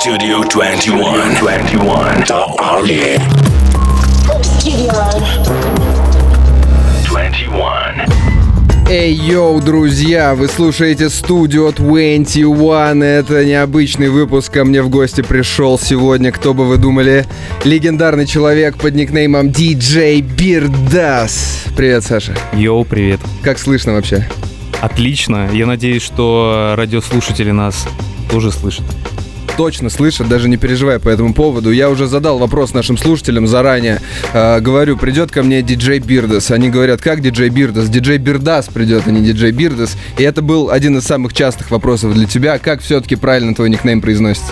Studio 21. The Army. Studio 21. Эй, йоу, друзья, вы слушаете Studio 21. Это необычный выпуск. Ко мне в гости пришел сегодня, кто бы вы думали, легендарный человек под никнеймом DJ Бирдас. Привет, Саша. Йоу, привет. Как слышно вообще? Отлично. Я надеюсь, что радиослушатели нас тоже слышат. Точно слышат, даже не переживай по этому поводу. Я уже задал вопрос нашим слушателям заранее. Говорю, придет ко мне диджей Бирдас. Они говорят, как диджей Бирдас? Диджей Бирдас придет, а не диджей Бирдас. И это был один из самых частых вопросов для тебя. Как все-таки правильно твой никнейм произносится?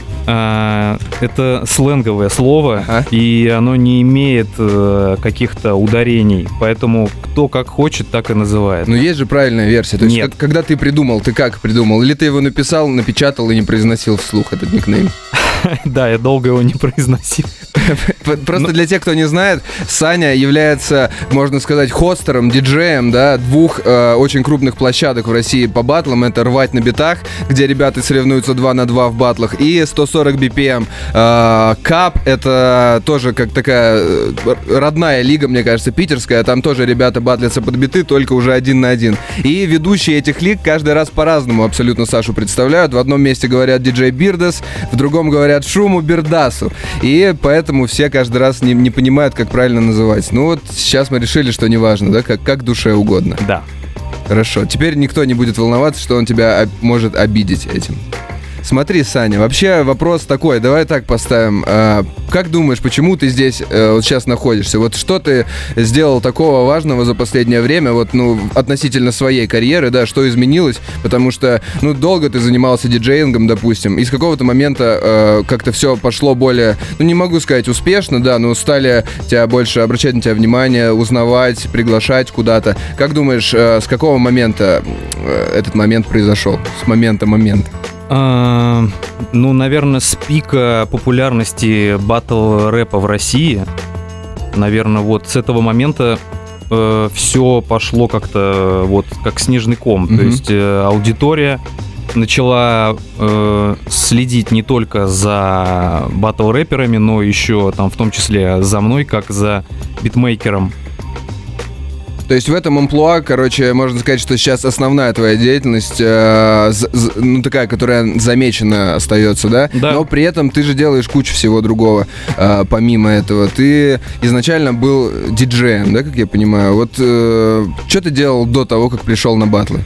Это сленговое слово, и оно не имеет каких-то ударений, поэтому кто как хочет, так и называет. Но есть же правильная версия. То есть, Нет. Когда ты придумал, ты как придумал? Или ты его написал, напечатал и не произносил вслух этот никнейм? Да, я долго его не произносил. Просто для тех, кто не знает, Саня является, можно сказать, хостером, диджеем, да, двух очень крупных площадок в России по батлам. Это «Рвать на битах», где ребята соревнуются 2 на 2 в батлах, и 140 BPM. КАП — это тоже как такая родная лига, мне кажется, питерская. Там тоже ребята батлятся под биты, только уже 1 на 1. И ведущие этих лиг каждый раз по-разному абсолютно Сашу представляют. В одном месте говорят диджей Бирдас, в другом говорят Шуму Бирдасу. И поэтому все каждый раз не понимают, как правильно называть. Ну вот сейчас мы решили, что неважно, да, как душе угодно. Да. Хорошо. Теперь никто не будет волноваться, что он тебя может обидеть этим. Смотри, Саня, вообще вопрос такой, давай так поставим. Как думаешь, почему ты здесь вот сейчас находишься? Вот что ты сделал такого важного за последнее время, вот, ну, относительно своей карьеры, да, что изменилось? Потому что, ну, долго ты занимался диджеингом, допустим, и с какого-то момента как-то все пошло более, ну, не могу сказать успешно, да, но стали тебя больше обращать на тебя внимание, узнавать, приглашать куда-то. Как думаешь, с какого момента этот момент произошел? С момента. Ну, наверное, с пика популярности батл-рэпа в России, наверное, вот с этого момента все пошло как-то вот как снежный ком. То есть аудитория начала следить не только за батл-рэперами, но еще там в том числе за мной, как за битмейкером. То есть в этом амплуа, короче, можно сказать, что сейчас основная твоя деятельность, ну, такая, которая замечена остается, да? Да. Но при этом ты же делаешь кучу всего другого, помимо этого. Ты изначально был диджеем, да, как я понимаю? Вот что ты делал до того, как пришел на батлы?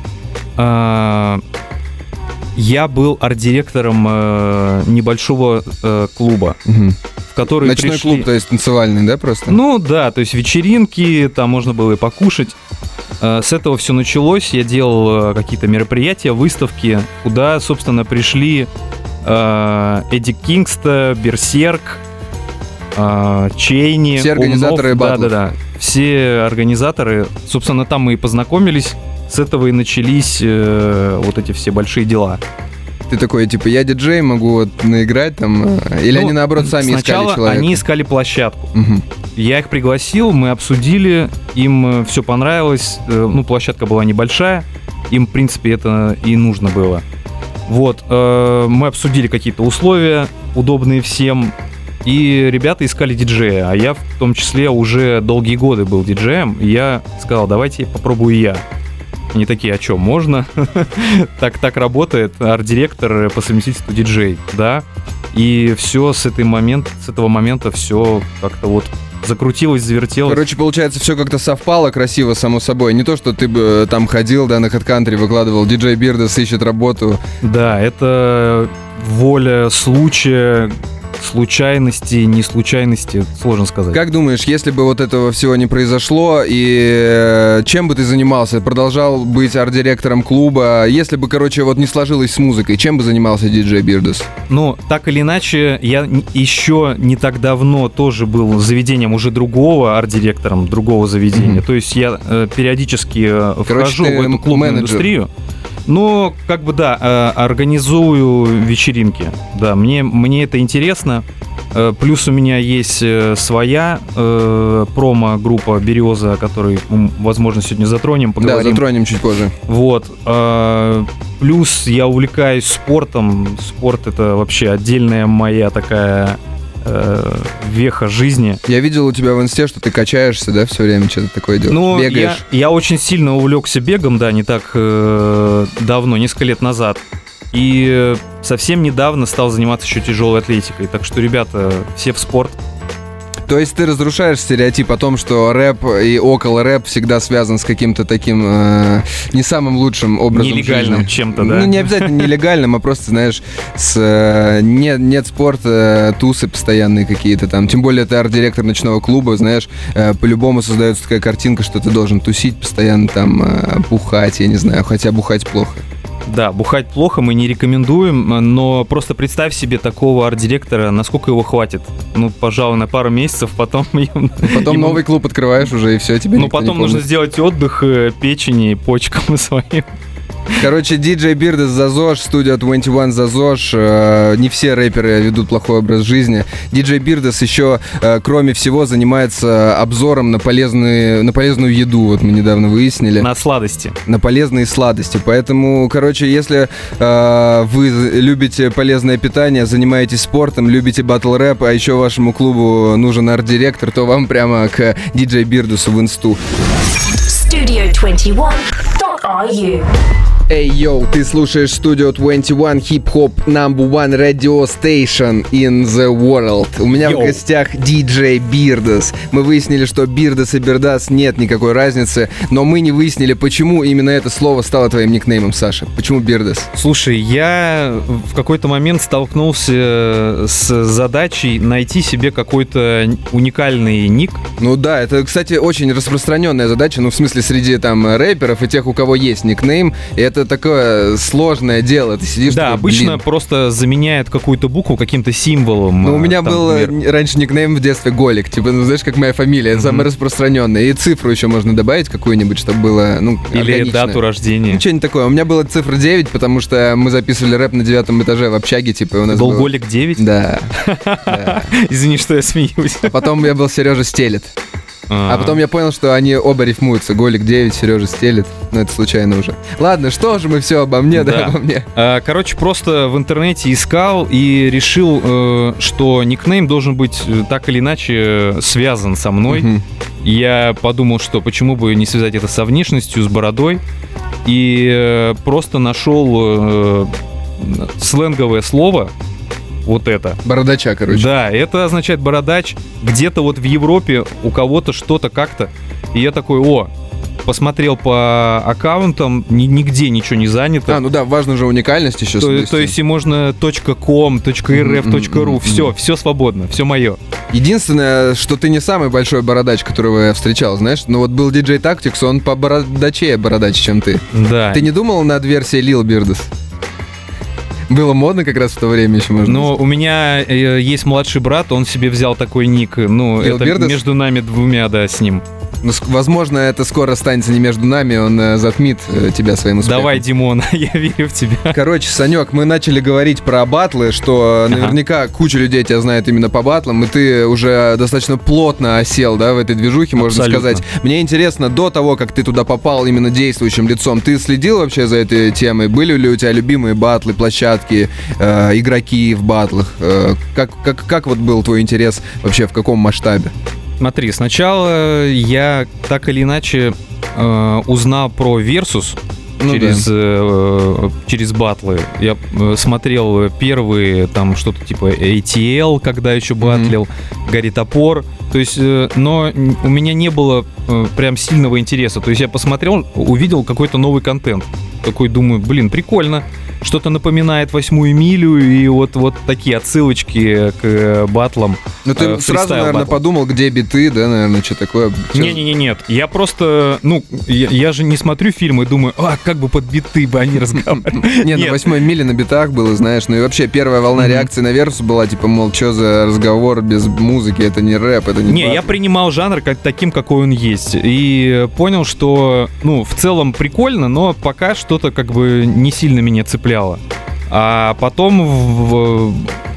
Я был арт-директором небольшого клуба, в который Ночной клуб, то есть танцевальный, да, просто? Ну да, то есть вечеринки, там можно было и покушать. С этого все началось. Я делал какие-то мероприятия, выставки, куда, собственно, пришли Эдди Кингста, Берсерк, Чейни, все организаторы батлов. Да. Все организаторы. Собственно, там мы и познакомились. С этого и начались вот эти все большие дела. Ты такой, типа, я диджей, могу вот наиграть там, или они, наоборот, сами искали человека? Сначала они искали площадку. Я их пригласил, мы обсудили, им все понравилось. Ну, площадка была небольшая, им, в принципе, это и нужно было. Вот, мы обсудили какие-то условия, удобные всем, и ребята искали диджея, а я в том числе уже долгие годы был диджеем, и я сказал, давайте попробую я. Они такие, а что, можно? Так работает арт-директор по совместительству диджей, да? И все с этого момента все как-то вот закрутилось, завертелось. Короче, получается, все как-то совпало красиво, само собой. Не то, что ты бы там ходил, да, на HeadCountry выкладывал, диджей Бирдас ищет работу. Да, это воля случая, случайности, не случайности, сложно сказать. Как думаешь, если бы вот этого всего не произошло, и чем бы ты занимался? Продолжал быть арт-директором клуба? Если бы, короче, вот не сложилось с музыкой, чем бы занимался диджей Бирдас? Ну, так или иначе, я еще не так давно тоже был заведением уже другого, арт-директором другого заведения. То есть я периодически вхожу в эту клубную индустрию. Но, как бы, да, организую вечеринки. Да, мне это интересно. Плюс у меня есть своя промо-группа «Береза», о которой, возможно, сегодня затронем, поговорим. Да, затронем чуть позже. Вот. Плюс я увлекаюсь спортом. Спорт — это вообще отдельная моя такая веха жизни. Я видел у тебя в инсте, что ты качаешься, да, все время что-то такое делаешь, ну, бегаешь. Я очень сильно увлекся бегом, да, не так давно, несколько лет назад. И совсем недавно стал заниматься еще тяжелой атлетикой. Так что, ребята, все в спорт. То есть ты разрушаешь стереотип о том, что рэп и около рэп всегда связан с каким-то таким не самым лучшим образом нелегальным жизни. Чем-то, да? Ну, не обязательно нелегальным, а просто, знаешь, нет спорта, тусы постоянные какие-то там. Тем более ты арт-директор ночного клуба, знаешь, по-любому создается такая картинка, что ты должен тусить постоянно там, бухать, я не знаю, хотя бухать плохо. Да, бухать плохо, мы не рекомендуем, но просто представь себе такого арт-директора, насколько его хватит. Ну, пожалуй, на пару месяцев, потом... Потом новый клуб открываешь уже, и все, тебе ну, потом нужно сделать отдых печени, почкам своим. Короче, DJ Beardus за ЗОЖ, студия 21 за ЗОЖ. Не все рэперы ведут плохой образ жизни. DJ Beardus еще, кроме всего, занимается обзором на полезную еду. Вот мы недавно выяснили. На сладости. На полезные сладости. Поэтому, короче, если вы любите полезное питание, занимаетесь спортом, любите батл-рэп, а еще вашему клубу нужен арт-директор, то вам прямо к DJ Beardus в инсту. Studio21.ru. Эй, йоу, ты слушаешь Studio 21 Hip-Hop Number One Radio Station in the World. У меня в гостях DJ Beardus. Мы выяснили, что Beardus и Beardus нет никакой разницы, но мы не выяснили, почему именно это слово стало твоим никнеймом, Саша. Почему Beardus? Слушай, я в какой-то момент столкнулся с задачей найти себе какой-то уникальный ник. Ну да, это, кстати, очень распространенная задача, ну в смысле среди там рэперов и тех, у кого есть никнейм, и это такое сложное дело. Ты сидишь, да, такой, обычно просто заменяет какую-то букву каким-то символом. Ну, у меня был раньше никнейм в детстве Голик. Типа, ну, знаешь, как моя фамилия. Это самое распространенное. И цифру еще можно добавить какую-нибудь, чтобы было, ну, или органично. дату рождения. Ничего не такое. У меня была цифра 9, потому что мы записывали рэп на 9-м этаже в общаге. Типа, у нас был Голик 9? Да. Извини, что я смеюсь. А потом я был Сережа Стелет. А потом я понял, что они оба рифмуются. Голик 9, Сережа Стелет. Ну, это случайно уже. Ладно, что же мы все обо мне, да обо мне. Короче, просто в интернете искал и решил, что никнейм должен быть так или иначе связан со мной. Я подумал, что почему бы не связать это со внешностью, с бородой. И просто нашел сленговое слово. Вот это. Бородача, короче. Да, это означает бородач. Где-то вот в Европе у кого-то что-то как-то. И я такой, посмотрел по аккаунтам, нигде ничего не занято. Ну да, важна же уникальность еще. То есть и можно .com, .rf.ru, все свободно, все мое. Единственное, что ты не самый большой бородач, которого я встречал, знаешь, но вот был DJ Tactics, он по бородаче бородач, чем ты. Да. Ты не думал над версией Lil Beardus? Было модно как раз в то время еще, можно сказать. У меня есть младший брат, он себе взял такой ник. Ну, Lil это Beardus? Между нами двумя, да, с ним. Ну, возможно, это скоро останется не между нами, он затмит тебя своим успехом. Давай, Димон, я верю в тебя. Короче, Санек, мы начали говорить про батлы, что наверняка куча людей тебя знает именно по батлам, и ты уже достаточно плотно осел, да, в этой движухе, можно сказать. Мне интересно, до того, как ты туда попал именно действующим лицом, ты следил вообще за этой темой? Были ли у тебя любимые батлы, площадки, игроки в батлах? Как вот был твой интерес вообще, в каком масштабе? Смотри, сначала я так или иначе узнал про Versus через батлы. Я смотрел первые, там что-то типа ATL, когда еще батлил, Гарри Топор. То есть, но у меня не было прям сильного интереса. То есть я посмотрел, увидел какой-то новый контент. Такой думаю, прикольно. Что-то напоминает 8-ю милю и вот такие отсылочки к батлам. Ну ты сразу, наверное, подумал, где биты, да, наверное, что такое? Нет. Я просто, я же не смотрю фильмы и думаю, как бы под биты бы они разговаривали. Нет, на 8-й миле на битах было, знаешь, ну и вообще первая волна реакции на Versus была, типа, мол, что за разговор без музыки, это не рэп, это не батл. Не, я принимал жанр таким, какой он есть, и понял, что, в целом прикольно, но пока что-то как бы не сильно меня цепляло. А потом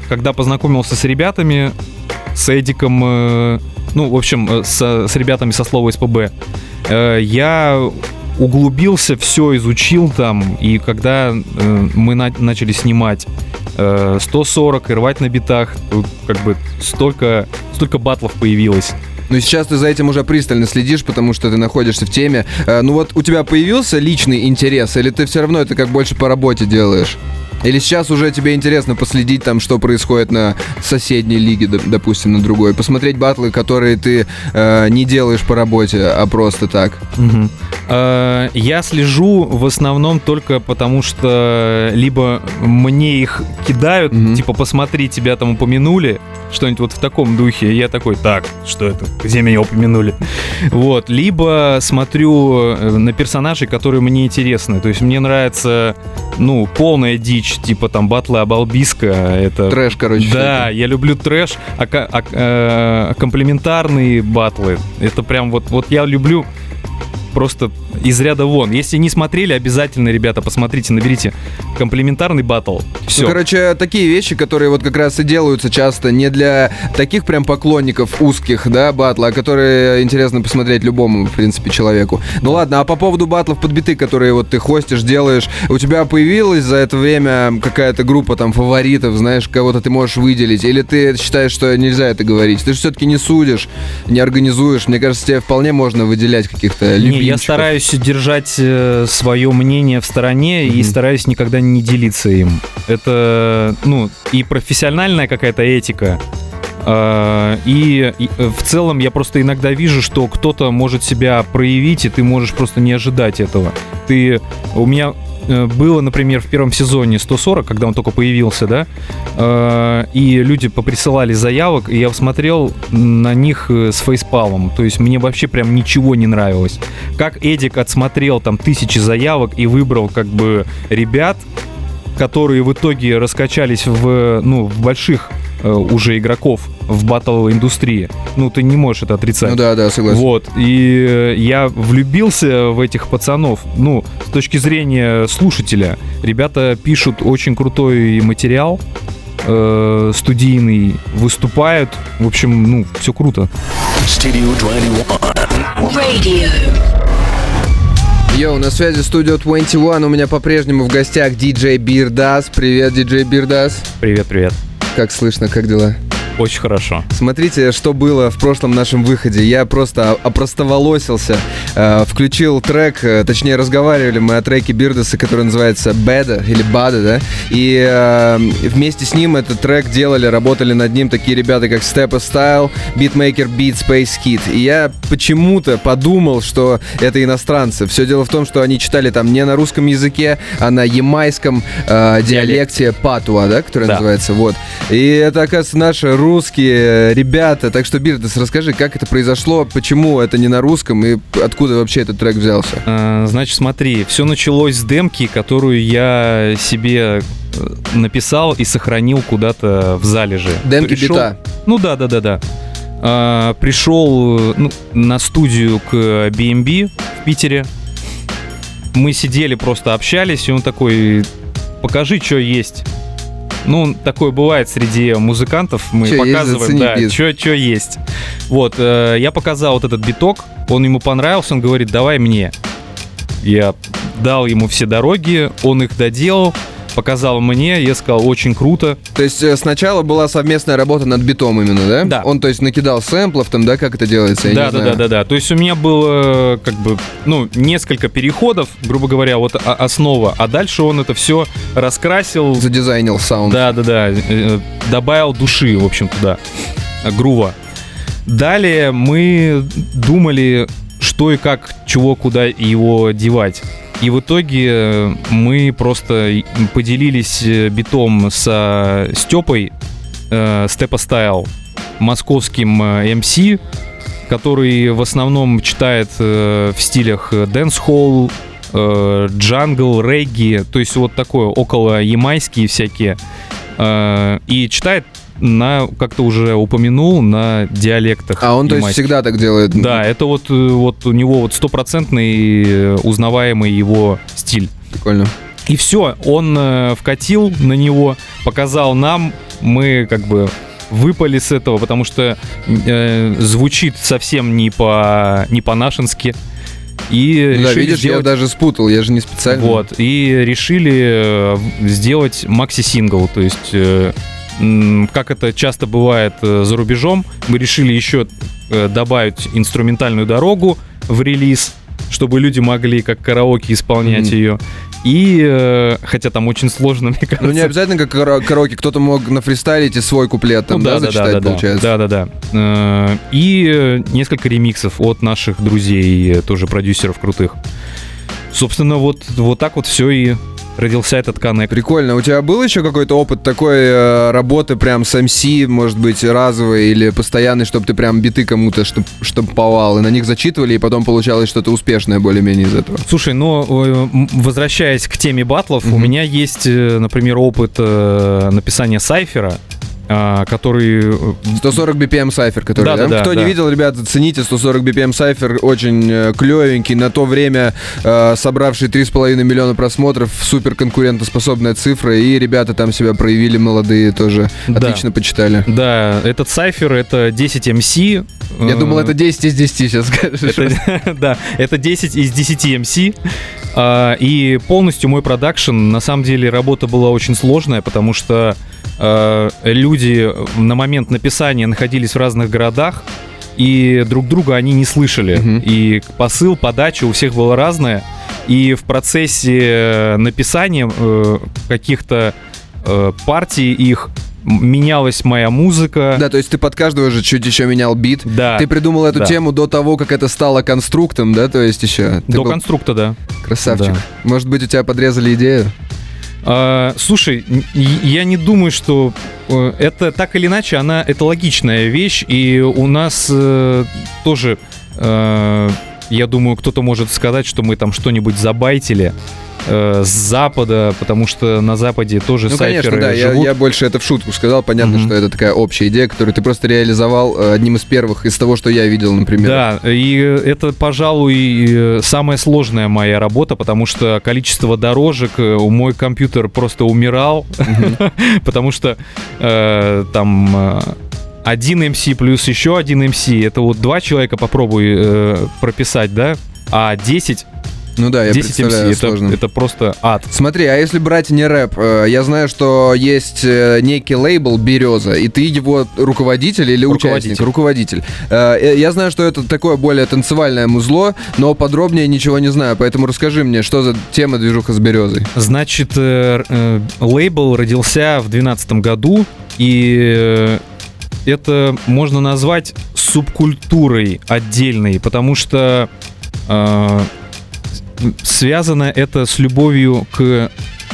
когда познакомился с ребятами, с Эдиком, ну, в общем, с ребятами со слова СПБ, я углубился, все изучил там, и когда мы начали снимать 140 и рвать на битах, тут как бы столько батлов появилось. Ну, сейчас ты за этим уже пристально следишь, потому что ты находишься в теме. Ну вот у тебя появился личный интерес, или ты все равно это как больше по работе делаешь? Или сейчас уже тебе интересно последить там, что происходит на соседней лиге, допустим, на другой? Посмотреть батлы, которые ты не делаешь по работе, а просто так? Угу. Я слежу в основном только потому, что либо мне их кидают, типа, посмотри, тебя там упомянули, что-нибудь вот в таком духе, и я такой, так, что это, где меня упомянули? Вот, либо смотрю на персонажей, которые мне интересны, то есть мне нравится, ну, полная дичь, типа там батлы Абалбиска, это... Трэш, короче. Да, я люблю трэш, комплементарные батлы, это прям вот я люблю просто из ряда вон. Если не смотрели, обязательно, ребята, посмотрите, наберите комплементарный баттл. Все. Ну, короче, такие вещи, которые вот как раз и делаются часто не для таких прям поклонников узких, да, батла, а которые интересно посмотреть любому, в принципе, человеку. Ну ладно, а по поводу батлов под биты, которые вот ты хостишь, делаешь, у тебя появилась за это время какая-то группа там фаворитов, знаешь, кого-то ты можешь выделить, или ты считаешь, что нельзя это говорить? Ты же все-таки не судишь, не организуешь. Мне кажется, тебе вполне можно выделять каких-то любимчиков. Не, я стараюсь держать свое мнение в стороне и стараюсь никогда не делиться им. Это, ну, и профессиональная какая-то этика, и в целом я просто иногда вижу, что кто-то может себя проявить, и ты можешь просто не ожидать этого. У меня было, например, в первом сезоне 140, когда он только появился, да, и люди поприсылали заявок, и я смотрел на них с фейспалмом, то есть мне вообще прям ничего не нравилось. Как Эдик отсмотрел там 1000 заявок и выбрал как бы ребят, которые в итоге раскачались в больших уже игроков в баттловой индустрии. Ну, ты не можешь это отрицать. Ну да, согласен. Вот, и я влюбился в этих пацанов. Ну, с точки зрения слушателя, ребята пишут очень крутой материал, студийный, выступают. В общем, ну, все круто. Studio 21. Radio. Йоу, на связи Studio 21. У меня по-прежнему в гостях диджей Бирдас. Привет, диджей Бирдас. Привет. Как слышно, как дела? Очень хорошо. Смотрите, что было в прошлом нашем выходе. Я просто опростоволосился, включил трек, точнее, разговаривали мы о треке Бирдаса, который называется «Бэда» или «Бада», да? И вместе с ним этот трек делали, работали над ним такие ребята, как Steppa Style, Beatmaker Beat, Space Kid. И я почему-то подумал, что это иностранцы. Все дело в том, что они читали там не на русском языке, а на ямайском диалекте патуа, да, который называется, вот. И это, оказывается, наши русские ребята. Так что, Бирдас, расскажи, как это произошло, почему это не на русском и откуда вообще этот трек взялся? Значит, смотри, все началось с демки, которую я себе написал и сохранил куда-то в залежи. Демки бита? Ну да. Пришел на студию к BMB в Питере. Мы сидели, просто общались, и он такой: покажи, что есть. Ну, такое бывает среди музыкантов. Мы чё показываем, есть, что есть. Вот, я показал вот этот биток, он ему понравился, он говорит: давай мне. Я дал ему все дороги, он их доделал, показал мне, я сказал: очень круто. То есть сначала была совместная работа над битом именно, да? Да. Он, то есть, накидал сэмплов там, да, как это делается? Да. То есть у меня было как бы, несколько переходов, грубо говоря, вот основа, а дальше он это все раскрасил. Задизайнил саунд. Да. Добавил души, в общем, туда, грува. Далее мы думали, что и как, чего, куда его девать. И в итоге мы просто поделились битом со Степой, Steppa Style, московским MC, который в основном читает в стилях dancehall, джангл, регги, то есть вот такое около ямайские всякие, и читает как ты уже упомянул, на диалектах. А он, то есть, всегда так делает? Да, это вот у него вот 100% узнаваемый его стиль. Прикольно. И все, он вкатил на него, показал нам, мы как бы выпали с этого, потому что звучит совсем не по-нашенски. И да, видишь, я даже спутал, я же не специально. Вот, и решили сделать макси-сингл, то есть, как это часто бывает за рубежом, мы решили еще добавить инструментальную дорогу в релиз, чтобы люди могли как караоке исполнять ее. И, хотя там очень сложно, мне кажется. Ну, не обязательно как караоке, кто-то мог нафристайлить и свой куплет там, зачитать, получается. Да. И несколько ремиксов от наших друзей, тоже продюсеров крутых. Собственно, вот так вот все и родился этот коннект. Прикольно. У тебя был еще какой-то опыт такой работы прям с MC, может быть, разовый или постоянный, чтобы ты прям биты кому-то штамповал, и на них зачитывали, и потом получалось что-то успешное более-менее из этого? Слушай, возвращаясь к теме баттлов, у меня есть, например, опыт написания сайфера, который... 140 BPM сайфер, который, да? Кто не видел, ребята, цените 140 BPM сайфер, очень клевенький, на то время собравший 3,5 миллиона просмотров, супер конкурентоспособная цифра, и ребята там себя проявили, молодые тоже, отлично почитали. Да, этот сайфер, это 10 MC. Я думал, это 10 из 10 сейчас скажешь. Да, это 10 из 10 MC. И полностью мой продакшн, на самом деле, работа была очень сложная, потому что люди на момент написания находились в разных городах, и друг друга они не слышали. И посыл, подача у всех была разная. И в процессе написания каких-то партий их менялась моя музыка. Да, то есть ты под каждого же чуть еще менял бит. Да. Ты придумал эту тему до того, как это стало конструктом, да? То есть еще... До конструкта, да. Красавчик. Да. Может быть, у тебя подрезали идею? Слушай, я не думаю, что это так или иначе, это логичная вещь, и у нас тоже, я думаю, кто-то может сказать, что мы там что-нибудь забайтили с Запада, потому что на Западе тоже сайферы конечно, да, живут. Я больше это в шутку сказал. Понятно, что это такая общая идея, которую ты просто реализовал одним из первых из того, что я видел, например. Да, и это, пожалуй, самая сложная моя работа, потому что количество дорожек, мой компьютер просто умирал, потому что там... один MC плюс еще один MC, это вот 2 человека попробуй прописать, да? А 10... Ну да, я 10 представляю, MC, сложно. это просто ад. Смотри, а если брать не рэп, я знаю, что есть некий лейбл «Береза», и ты его руководитель или участник? Руководитель. Я знаю, что это такое более танцевальное музло, но подробнее ничего не знаю, поэтому расскажи мне, что за тема движуха с «Березой». Значит, лейбл родился в 2012 году, и это можно назвать субкультурой отдельной, потому что связано это с любовью к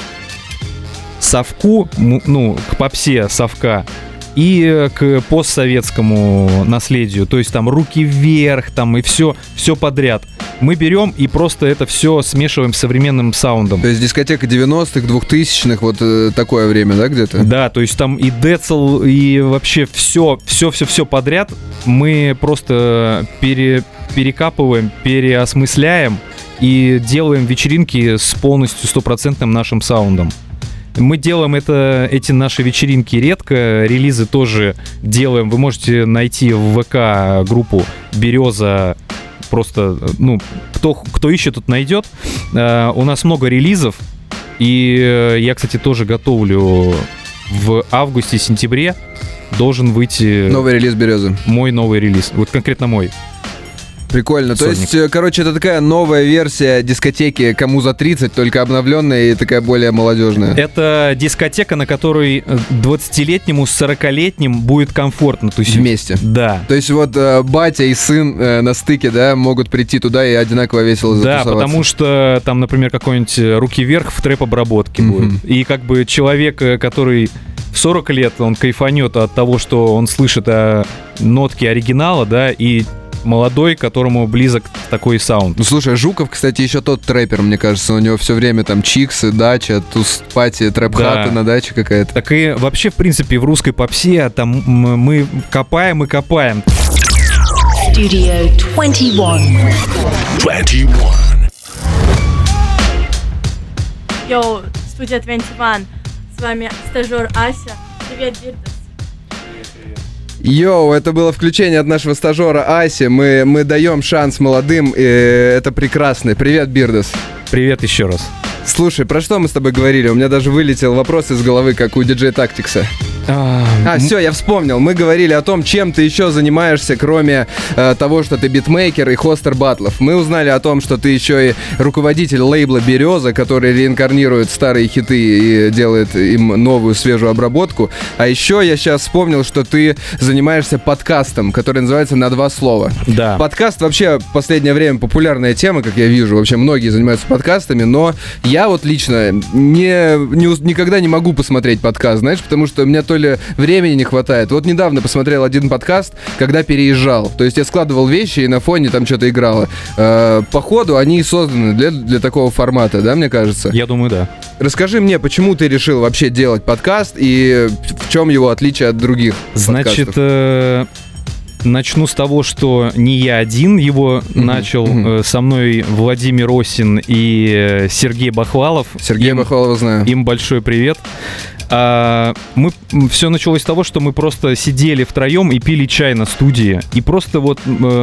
совку, ну, к попсе совка, и к постсоветскому наследию. То есть там руки вверх, там и все подряд. Мы берем и просто это все смешиваем с современным саундом. То есть дискотека 90-х, 2000-х, вот такое время, да, где-то? Да, то есть там и децл, и вообще все подряд мы просто перекапываем, переосмысляем и делаем вечеринки с полностью стопроцентным нашим саундом. Мы делаем эти наши вечеринки редко, релизы тоже делаем. Вы можете найти в ВК группу «Береза». Просто, ну, кто ищет, тот найдет. У нас много релизов. И я, кстати, тоже готовлю в августе-сентябре. Должен выйти... Новый релиз «Березы». Мой новый релиз. Вот конкретно мой. Прикольно. То есть, короче, это такая новая версия дискотеки «Кому за 30», только обновленная и такая более молодежная. Это дискотека, на которой 20-летнему с 40-летним будет комфортно тусить. Вместе. Да. То есть вот батя и сын на стыке, да, могут прийти туда и одинаково весело затусоваться. Да, потому что там, например, какой-нибудь «Руки вверх» в трэп-обработке будет. И как бы человек, который в 40 лет, он кайфанет от того, что он слышит нотки оригинала, да, и молодой, которому близок такой саунд. Ну, слушай, Жуков, кстати, еще тот трэпер, мне кажется. У него все время там чиксы, дача, туз-пати, трэп-хата на даче какая-то. Так и вообще, в принципе, в русской попсе там мы копаем и копаем. Studio 21. Йоу, студия 21. С вами стажер Ася. Привет, Бирдас. Йоу, это было включение от нашего стажера Аси. Мы даем шанс молодым, и это прекрасно. Привет, Бирдас. Привет еще раз. Слушай, про что мы с тобой говорили? У меня даже вылетел вопрос из головы, как у диджея Тактикса. Все, я вспомнил. Мы говорили о том, чем ты еще занимаешься, кроме того, что ты битмейкер и хостер баттлов. Мы узнали о том, что ты еще и руководитель лейбла «Береза», который реинкарнирует старые хиты и делает им новую свежую обработку. А еще я сейчас вспомнил, что ты занимаешься подкастом, который называется «На два слова». Да. Подкаст вообще в последнее время популярная тема, как я вижу. Вообще многие занимаются подкастами, но я вот лично никогда не могу посмотреть подкаст, знаешь, потому что у меня то ли времени не хватает. Вот недавно посмотрел один подкаст, когда переезжал. То есть я складывал вещи и на фоне там что-то играло. Походу, они и созданы для такого формата, да, мне кажется? Я думаю, да. Расскажи мне, почему ты решил вообще делать подкаст и в чем его отличие от других подкастов? Начну с того, что не я один его начал. Со мной Владимир Осин и Сергей Бахвалов. Сергея Бахвалова знаю. Им большой привет. Все началось с того, что мы просто сидели втроем и пили чай на студии. И просто вот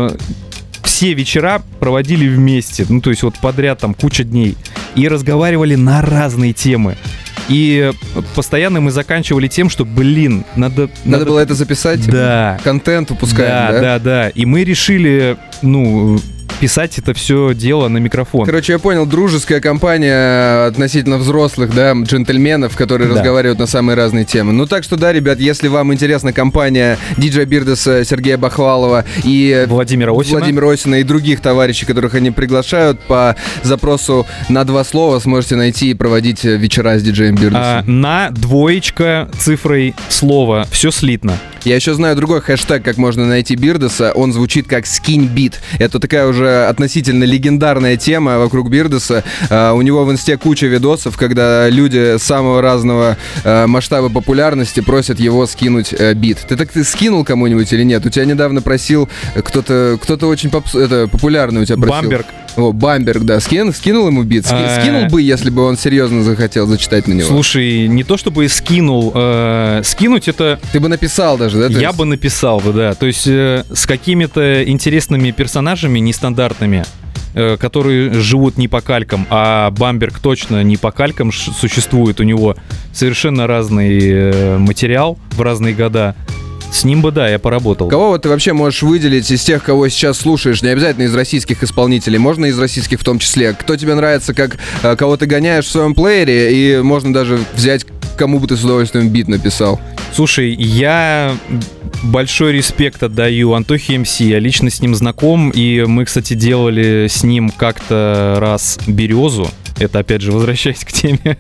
все вечера проводили вместе. Ну, то есть вот подряд там куча дней. И разговаривали на разные темы. И постоянно мы заканчивали тем, что, надо было это записать? Да. Контент выпускаем, да? Да. И мы решили, писать это все дело на микрофон. Короче, я понял, дружеская компания относительно взрослых, да, джентльменов, которые разговаривают на самые разные темы. Ну так что да, ребят, если вам интересна компания диджея Бирдаса, Сергея Бахвалова и Владимира Осина и других товарищей, которых они приглашают, по запросу «На два слова» сможете найти и проводить вечера с диджеем Бирдасом. На двоечка цифрой слова. Все слитно. Я еще знаю другой хэштег, как можно найти Бирдаса. Он звучит как «Скинь-бит». Это такая уже относительно легендарная тема вокруг Бирдаса. У него в инсте куча видосов, когда люди самого разного масштаба популярности просят его скинуть бит. Ты скинул кому-нибудь или нет? У тебя недавно просил кто-то очень популярный у тебя просил. Бамберг. О, Бамберг, да. Скинул ему бит? Скинул бы, если бы он серьезно захотел зачитать на него. Слушай, не то чтобы скинул. Скинуть это... Ты бы написал даже, да? Я бы написал бы, да. То есть с какими-то интересными персонажами нестандартными, которые живут не по калькам, а Бамберг точно не по калькам существует. У него совершенно разный материал в разные года. С ним бы, да, я поработал. Кого вот ты вообще можешь выделить из тех, кого сейчас слушаешь? Не обязательно из российских исполнителей, можно из российских в том числе. Кто тебе нравится, кого ты гоняешь в своем плеере, и можно даже взять, кому бы ты с удовольствием бит написал. Слушай, я большой респект отдаю Антохе МС, я лично с ним знаком, и мы, кстати, делали с ним как-то раз «Березу». Это, опять же, возвращаясь к теме.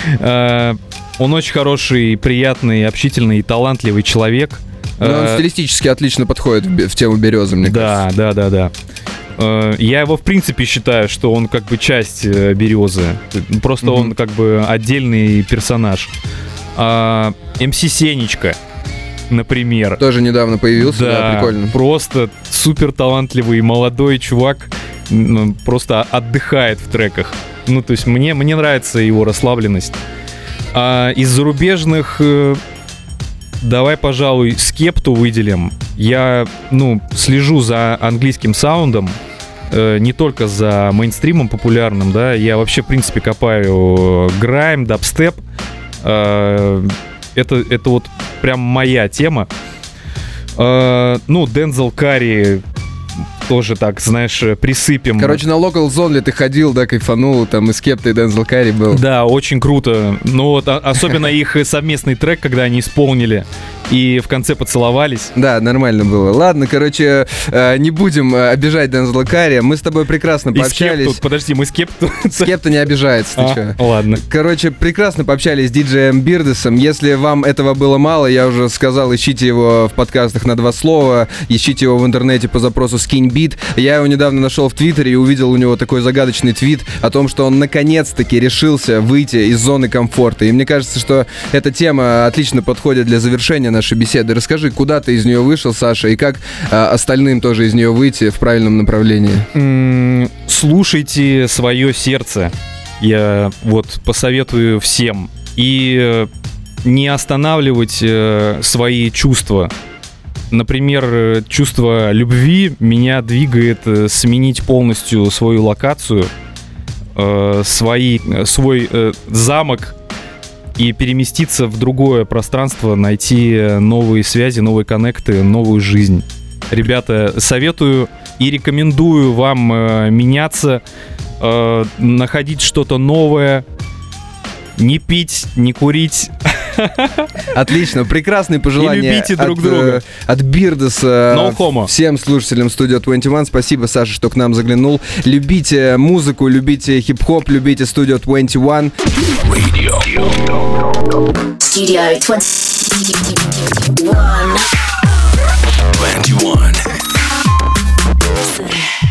Он очень хороший, приятный, общительный и талантливый человек. Но он стилистически отлично подходит в тему «Березы», мне кажется. Да. Я его, в принципе, считаю, что он как бы часть «Березы». Просто он как бы отдельный персонаж. МС Сенечка, например. Тоже недавно появился, да, прикольно. Просто супер талантливый молодой чувак, просто отдыхает в треках. Ну, то есть мне нравится его расслабленность. Из зарубежных... Давай, пожалуй, Скепту выделим. Я, слежу за английским саундом, не только за мейнстримом популярным, да, я вообще, в принципе, копаю грайм, дабстеп. Это вот прям моя тема. Дензел Карри тоже так, знаешь, присыпем. Короче, на Local Zone ты ходил, да, кайфанул, там и Скепта, и Дензел Карри был. Да, очень круто. Особенно их совместный трек, когда они исполнили и в конце поцеловались. Да, нормально было. Ладно, короче, не будем обижать Дензела Карри. Мы с тобой прекрасно пообщались. Подожди, мы Скепту... Скепта не обижается, ты чё? Ладно. Короче, прекрасно пообщались с диджеем Бирдасом. Если вам этого было мало, я уже сказал, ищите его в подкастах «На два слова», ищите его в интернете по запросу «Скинь бит». Я его недавно нашел в Твиттере и увидел у него такой загадочный твит о том, что он наконец-таки решился выйти из зоны комфорта. И мне кажется, что эта тема отлично подходит для завершения нашей беседы. Расскажи, куда ты из нее вышел, Саша, и как остальным тоже из нее выйти в правильном направлении? Слушайте свое сердце. Я вот посоветую всем. И не останавливать свои чувства. Например, чувство любви меня двигает сменить полностью свою локацию, свой замок и переместиться в другое пространство, найти новые связи, новые коннекты, новую жизнь. Ребята, советую и рекомендую вам меняться, находить что-то новое, не пить, не курить. Отлично, прекрасные пожелания. И любите друг друга. От Бирдеса. No homo. Всем слушателям Studio 21. Спасибо, Саша, что к нам заглянул. Любите музыку, любите хип-хоп, любите Studio 21. Studio 21. 21.